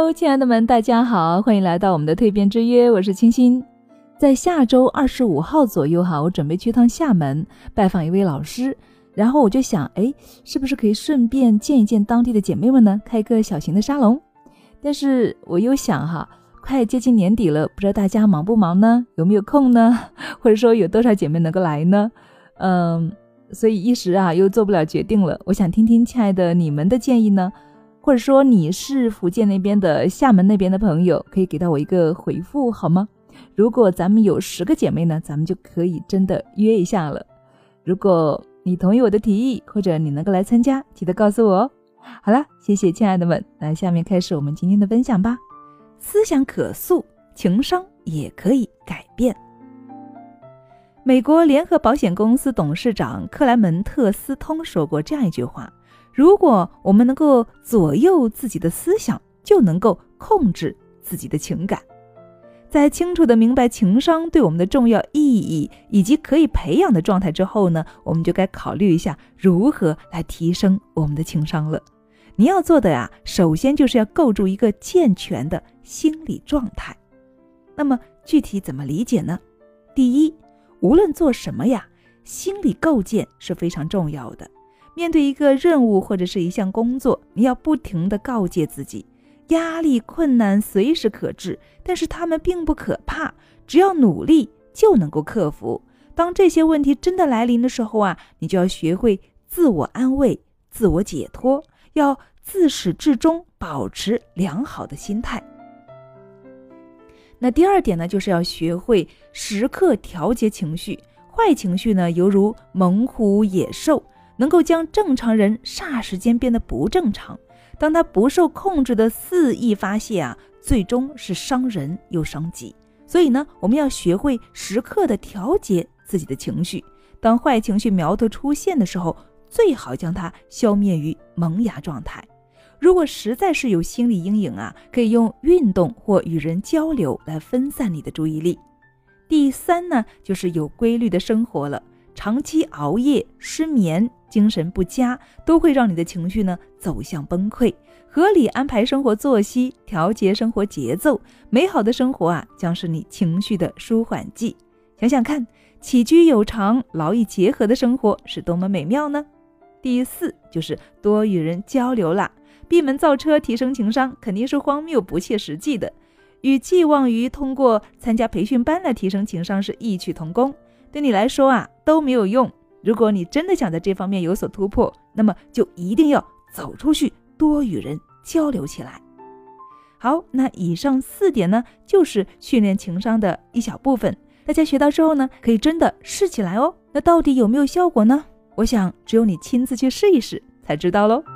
Hello， 亲爱的们，大家好，欢迎来到我们的蜕变之约，我是清新。在下周25号左右我准备去趟厦门拜访一位老师，然后我就想，是不是可以顺便见一见当地的姐妹们呢，开一个小型的沙龙。但是我又想快接近年底了，不知道大家忙不忙呢？有没有空呢？或者说有多少姐妹能够来呢？所以一时又做不了决定了。我想听听亲爱的你们的建议呢，或者说你是福建那边的、厦门那边的朋友，可以给到我一个回复好吗？如果咱们有10个姐妹呢，咱们就可以真的约一下了。如果你同意我的提议，或者你能够来参加，记得告诉我哦。好了，谢谢亲爱的们，那下面开始我们今天的分享吧。思想可塑，情商也可以改变。美国联合保险公司董事长克莱门特斯通说过这样一句话：如果我们能够左右自己的思想，就能够控制自己的情感。在清楚地明白情商对我们的重要意义以及可以培养的状态之后呢，我们就该考虑一下如何来提升我们的情商了。你要做的首先就是要构筑一个健全的心理状态。那么具体怎么理解呢？第一，无论做什么心理构建是非常重要的。面对一个任务或者是一项工作，你要不停地告诫自己，压力困难随时可至，但是它们并不可怕，只要努力就能够克服。当这些问题真的来临的时候你就要学会自我安慰、自我解脱，要自始至终保持良好的心态。那第二点呢，就是要学会时刻调节情绪。坏情绪呢，犹如猛虎野兽，能够将正常人霎时间变得不正常。当他不受控制的肆意发泄最终是伤人又伤己。所以呢，我们要学会时刻的调节自己的情绪。当坏情绪苗头出现的时候，最好将它消灭于萌芽状态。如果实在是有心理阴影可以用运动或与人交流来分散你的注意力。第三呢，就是有规律的生活了。长期熬夜、失眠、精神不佳都会让你的情绪呢走向崩溃。合理安排生活作息，调节生活节奏，美好的生活将是你情绪的舒缓剂。想想看，起居有常、劳逸结合的生活是多么美妙呢？第四就是多与人交流啦。闭门造车提升情商肯定是荒谬不切实际的，与寄望于通过参加培训班来提升情商是异曲同工。对你来说都没有用。如果你真的想在这方面有所突破，那么就一定要走出去，多与人交流起来。好，那以上4点呢，就是训练情商的一小部分。大家学到之后呢，可以真的试起来哦。那到底有没有效果呢？我想只有你亲自去试一试才知道咯。